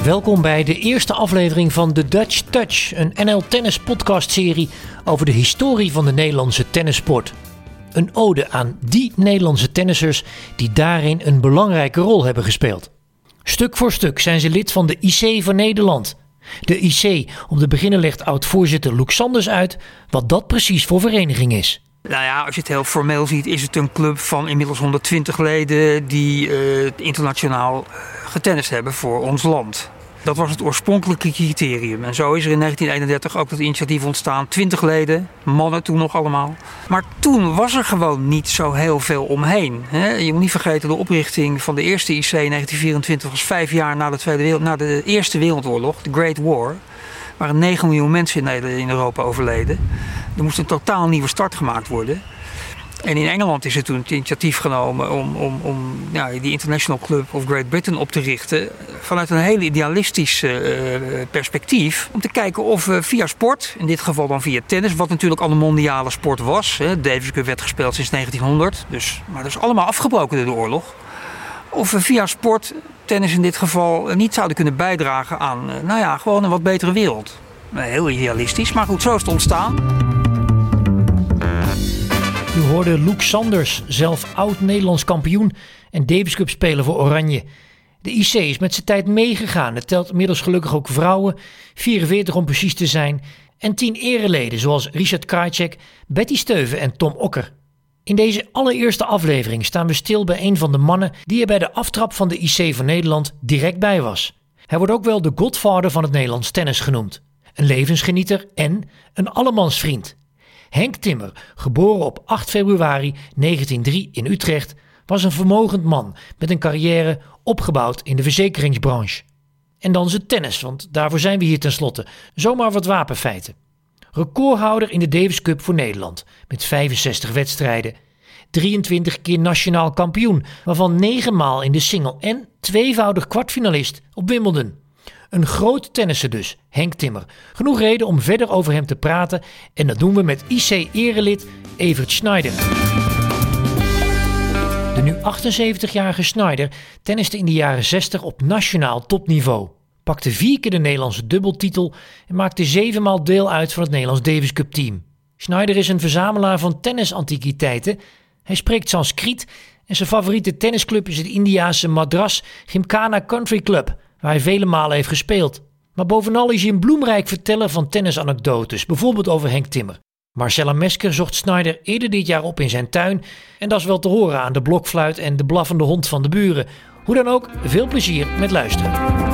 Welkom bij de eerste aflevering van The Dutch Touch, een NL Tennis podcastserie over de historie van de Nederlandse tennissport. Een ode aan die Nederlandse tennissers die daarin een belangrijke rol hebben gespeeld. Stuk voor stuk zijn ze lid van de IC van Nederland. De IC, om te beginnen legt oud-voorzitter Loek Sanders uit wat dat precies voor vereniging is. Nou ja, als je het heel formeel ziet, is het een club van inmiddels 120 leden die internationaal getennist hebben voor ons land. Dat was het oorspronkelijke criterium. En zo is er in 1931 ook dat initiatief ontstaan. 20 leden, mannen toen nog allemaal. Maar toen was er gewoon niet zo heel veel omheen. Je moet niet vergeten, de oprichting van de eerste IC in 1924 was 5 jaar na de Eerste Wereldoorlog, de Great War. Er waren 9 miljoen mensen in Europa overleden. Er moest een totaal nieuwe start gemaakt worden. En in Engeland is er toen het initiatief genomen om die International Club of Great Britain op te richten. Vanuit een heel idealistisch perspectief. Om te kijken of we via sport, in dit geval dan via tennis, wat natuurlijk al een mondiale sport was. De Davis Cup werd gespeeld sinds 1900. Maar dat is allemaal afgebroken door de oorlog. Of we via sport, tennis in dit geval, niet zouden kunnen bijdragen aan gewoon een wat betere wereld. Heel idealistisch, maar goed, zo is het ontstaan. U hoorde Loek Sanders, zelf oud-Nederlands kampioen en Davis Cup speler voor Oranje. De IC is met zijn tijd meegegaan. Het telt inmiddels gelukkig ook vrouwen, 44 om precies te zijn, en 10 ereleden zoals Richard Krajicek, Betty Steuven en Tom Okker. In deze allereerste aflevering staan we stil bij een van de mannen die er bij de aftrap van de IC van Nederland direct bij was. Hij wordt ook wel de godvader van het Nederlands tennis genoemd. Een levensgenieter en een allemansvriend. Henk Timmer, geboren op 8 februari 1903 in Utrecht, was een vermogend man met een carrière opgebouwd in de verzekeringsbranche. En dan zijn tennis, want daarvoor zijn we hier tenslotte. Zomaar wat wapenfeiten. Recordhouder in de Davis Cup voor Nederland met 65 wedstrijden. 23 keer nationaal kampioen, waarvan 9 maal in de single en 2-voudig kwartfinalist op Wimbledon. Een groot tennisser dus, Henk Timmer. Genoeg reden om verder over hem te praten en dat doen we met IC-erelid Evert Schneider. De nu 78-jarige Schneider tenniste in de jaren 60 op nationaal topniveau. Pakte 4 keer de Nederlandse dubbeltitel en maakte 7 maal deel uit van het Nederlands Davis Cup team. Schneider is een verzamelaar van tennisantiquiteiten. Hij spreekt Sanskriet en zijn favoriete tennisclub is het Indiase Madras Gymkhana Country Club, waar hij vele malen heeft gespeeld. Maar bovenal is hij een bloemrijk verteller van tennisanekdotes, bijvoorbeeld over Henk Timmer. Marcella Mesker zocht Schneider eerder dit jaar op in zijn tuin en dat is wel te horen aan de blokfluit en de blaffende hond van de buren. Hoe dan ook, veel plezier met luisteren.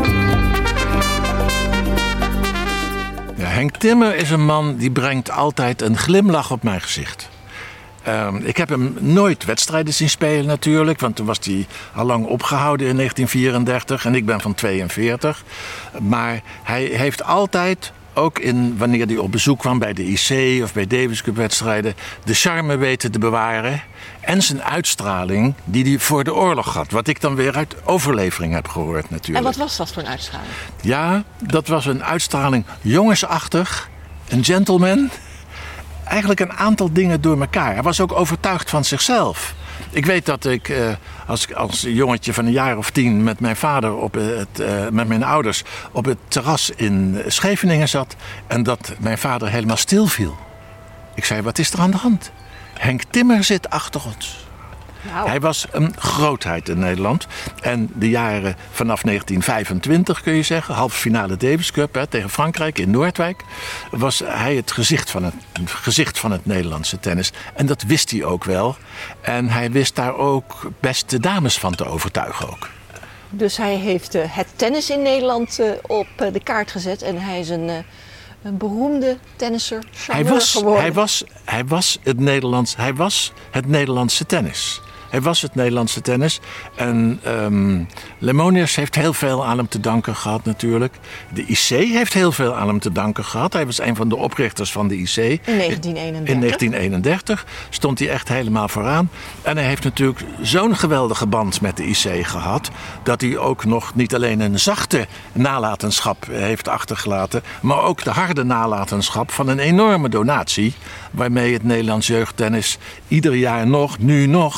Ja, Henk Timmer is een man die brengt altijd een glimlach op mijn gezicht. Ik heb hem nooit wedstrijden zien spelen natuurlijk, want toen was hij al lang opgehouden in 1934 en ik ben van 42. Maar hij heeft altijd, ook wanneer hij op bezoek kwam bij de IC of bij Davis Cup wedstrijden, de charme weten te bewaren en zijn uitstraling die hij voor de oorlog had. Wat ik dan weer uit overlevering heb gehoord natuurlijk. En wat was dat voor een uitstraling? Ja, dat was een uitstraling jongensachtig, een gentleman. Eigenlijk een aantal dingen door elkaar. Hij was ook overtuigd van zichzelf. Ik weet dat ik als jongetje van een jaar of 10 met mijn vader met mijn ouders op het terras in Scheveningen zat en dat mijn vader helemaal stil viel. Ik zei, wat is er aan de hand? Henk Timmer zit achter ons. Wow. Hij was een grootheid in Nederland. En de jaren vanaf 1925 kun je zeggen, halve finale Davis Cup tegen Frankrijk in Noordwijk, was hij het gezicht van het Nederlandse tennis. En dat wist hij ook wel. En hij wist daar ook best de dames van te overtuigen ook. Dus hij heeft het tennis in Nederland op de kaart gezet en hij is een beroemde tennisser geworden. Hij was het Nederlandse tennis. Hij was het Nederlandse tennis. En Lemonius heeft heel veel aan hem te danken gehad natuurlijk. De IC heeft heel veel aan hem te danken gehad. Hij was een van de oprichters van de IC. In 1931. In 1931 stond hij echt helemaal vooraan. En hij heeft natuurlijk zo'n geweldige band met de IC gehad, dat hij ook nog niet alleen een zachte nalatenschap heeft achtergelaten, maar ook de harde nalatenschap van een enorme donatie, waarmee het Nederlands jeugdtennis ieder jaar nu nog enorm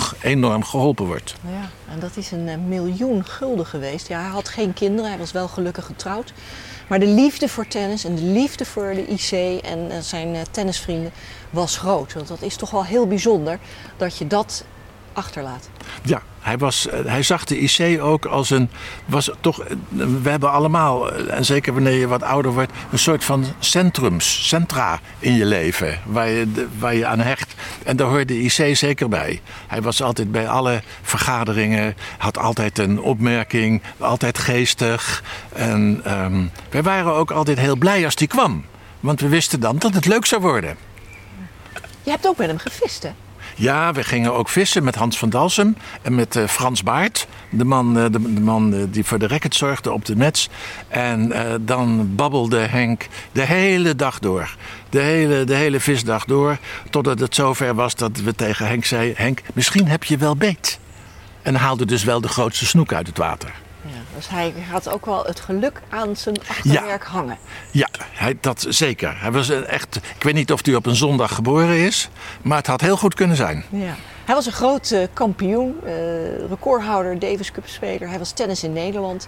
enorm geholpen wordt. Ja, en dat is een miljoen gulden geweest. Ja, hij had geen kinderen, hij was wel gelukkig getrouwd. Maar de liefde voor tennis en de liefde voor de IC en zijn tennisvrienden was groot. Want dat is toch wel heel bijzonder dat je dat achterlaat. Ja, hij zag de IC ook als we hebben allemaal, en zeker wanneer je wat ouder wordt, een soort van centra in je leven waar je aan hecht. En daar hoort de IC zeker bij. Hij was altijd bij alle vergaderingen, had altijd een opmerking, altijd geestig. En wij waren ook altijd heel blij als hij kwam. Want we wisten dan dat het leuk zou worden. Je hebt ook met hem gevist, hè? Ja, we gingen ook vissen met Hans van Dalsem en met Frans Baart. De man die voor de racket zorgde op de match. En dan babbelde Henk de hele dag door. De hele visdag door. Totdat het zover was dat we tegen Henk zeiden: Henk, misschien heb je wel beet. En haalde dus wel de grootste snoek uit het water. Ja, dus hij had ook wel het geluk aan zijn achterwerk hangen. Ja, dat zeker. Hij was echt. Ik weet niet of hij op een zondag geboren is, maar het had heel goed kunnen zijn. Ja. Hij was een groot kampioen, recordhouder, Davis Cup speler. Hij was tennis in Nederland.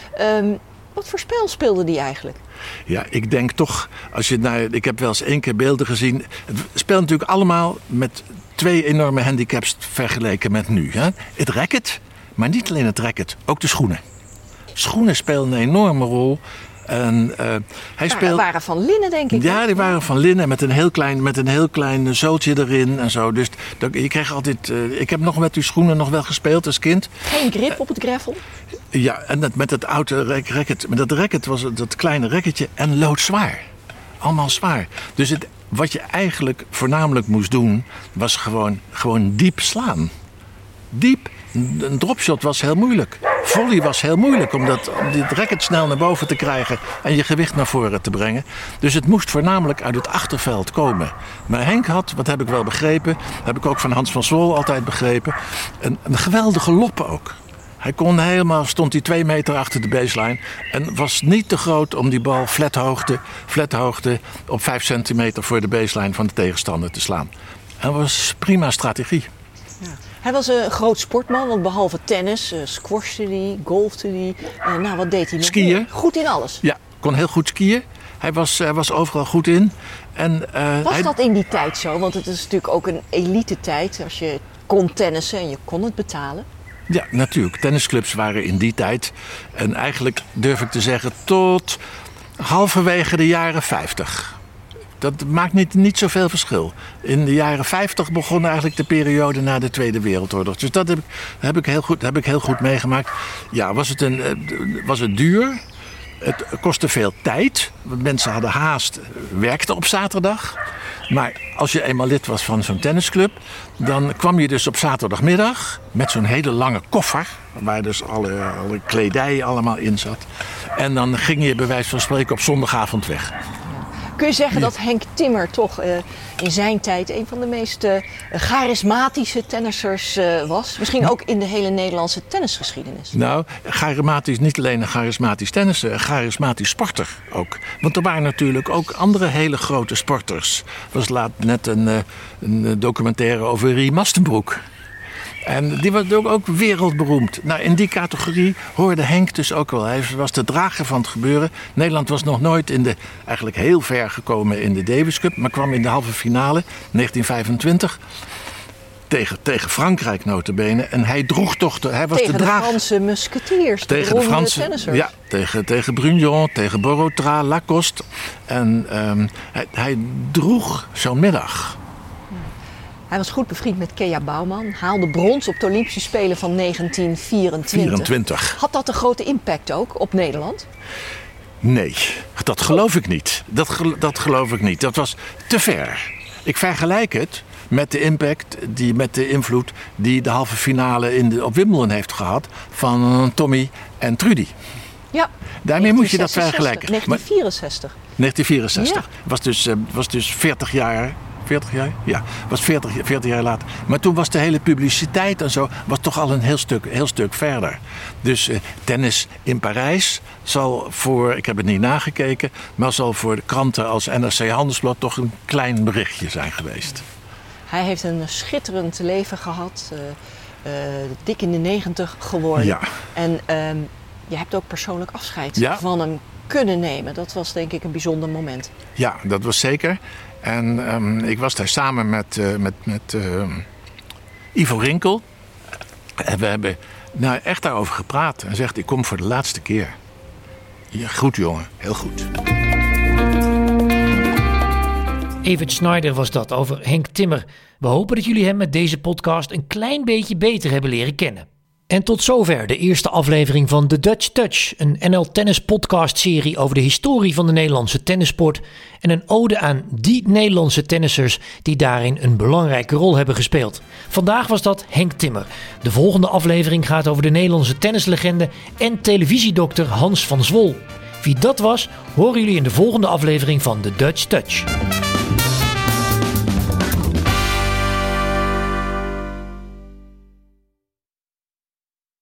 Wat voor spel speelde hij eigenlijk? Ja, ik denk toch, ik heb wel eens 1 keer beelden gezien. Het speelt natuurlijk allemaal met 2 enorme handicaps vergeleken met nu. Hè? Het racket. Maar niet alleen het racket, ook de schoenen. Schoenen spelen een enorme rol. En, waren van linnen, denk ik. Ja, die waren van linnen met een heel klein zooltje erin en zo. Dus je kreeg altijd. Ik heb nog met die schoenen nog wel gespeeld als kind. Geen grip op het gravel? Ja, en met het oude racket. Met dat racket was dat kleine racketje en loodzwaar. Allemaal zwaar. Dus wat je eigenlijk voornamelijk moest doen, was gewoon diep slaan. Diep. Een dropshot was heel moeilijk. Volley was heel moeilijk om dit racket snel naar boven te krijgen en je gewicht naar voren te brengen. Dus het moest voornamelijk uit het achterveld komen. Maar Henk had, wat heb ik wel begrepen, heb ik ook van Hans van Zwol altijd begrepen, een geweldige lop ook. Hij stond hij 2 meter achter de baseline en was niet te groot om die bal flathoogte op 5 centimeter voor de baseline van de tegenstander te slaan. En dat was prima strategie. Ja. Hij was een groot sportman, want behalve tennis, squashte hij, golfte hij. Wat deed hij nog? Skiën. Goed in alles. Ja, kon heel goed skiën. Hij was overal goed in. Was dat in die tijd zo? Want het is natuurlijk ook een elite tijd als je kon tennissen en je kon het betalen. Ja, natuurlijk. Tennisclubs waren in die tijd. En eigenlijk durf ik te zeggen tot halverwege de jaren 50. Dat maakt niet zoveel verschil. In de jaren 50 begon eigenlijk de periode na de Tweede Wereldoorlog. Dus dat heb ik heel goed meegemaakt. Ja, was het duur? Het kostte veel tijd. Want mensen hadden haast, werkten op zaterdag. Maar als je eenmaal lid was van zo'n tennisclub, dan kwam je dus op zaterdagmiddag met zo'n hele lange koffer, waar dus alle kledij allemaal in zat. En dan ging je bij wijze van spreken op zondagavond weg. Kun je zeggen dat Henk Timmer toch in zijn tijd een van de meest charismatische tennissers was? Misschien ook in de hele Nederlandse tennisgeschiedenis. Nou, niet alleen een charismatisch tennisser, een charismatisch sporter ook. Want er waren natuurlijk ook andere hele grote sporters. Er was net een documentaire over Rie Mastenbroek. En die was ook wereldberoemd. Nou, in die categorie hoorde Henk dus ook wel. Hij was de drager van het gebeuren. Nederland was nog nooit eigenlijk heel ver gekomen in de Davis Cup, maar kwam in de halve finale 1925 tegen Frankrijk notabene. En hij droeg toch hij was tegen de drager. Franse musketiers, tegen de Franse tennissers. Ja, tegen Brugnon, tegen Borotra, Lacoste. En hij droeg zo'n middag. Hij was goed bevriend met Kea Bouwman, haalde brons op de Olympische Spelen van 1924. Had dat een grote impact ook op Nederland? Nee, dat geloof ik niet. Dat geloof ik niet. Dat was te ver. Ik vergelijk het met de impact, met de invloed die de halve finale op Wimbledon heeft gehad van Tommy en Trudy. Ja. Daarmee moet je dat vergelijken. 1964. 1964. Ja. Was dus 40 jaar. 40 jaar? Ja, was 40 jaar later. Maar toen was de hele publiciteit en zo was toch al een heel stuk verder. Dus tennis in Parijs zal ik heb het niet nagekeken, maar zal voor de kranten als NRC Handelsblad toch een klein berichtje zijn geweest. Hij heeft een schitterend leven gehad. dik in de 90 geworden. Ja. En je hebt ook persoonlijk afscheid van hem kunnen nemen. Dat was denk ik een bijzonder moment. Ja, dat was zeker. En ik was daar samen met Ivo Rinkel. En we hebben echt daarover gepraat. En zegt, ik kom voor de laatste keer. Ja, goed jongen, heel goed. Evert Schneider was dat over Henk Timmer. We hopen dat jullie hem met deze podcast een klein beetje beter hebben leren kennen. En tot zover de eerste aflevering van The Dutch Touch, een NL Tennis podcast serie over de historie van de Nederlandse tennissport en een ode aan die Nederlandse tennissers die daarin een belangrijke rol hebben gespeeld. Vandaag was dat Henk Timmer. De volgende aflevering gaat over de Nederlandse tennislegende en televisiedokter Hans van Zwol. Wie dat was, horen jullie in de volgende aflevering van The Dutch Touch.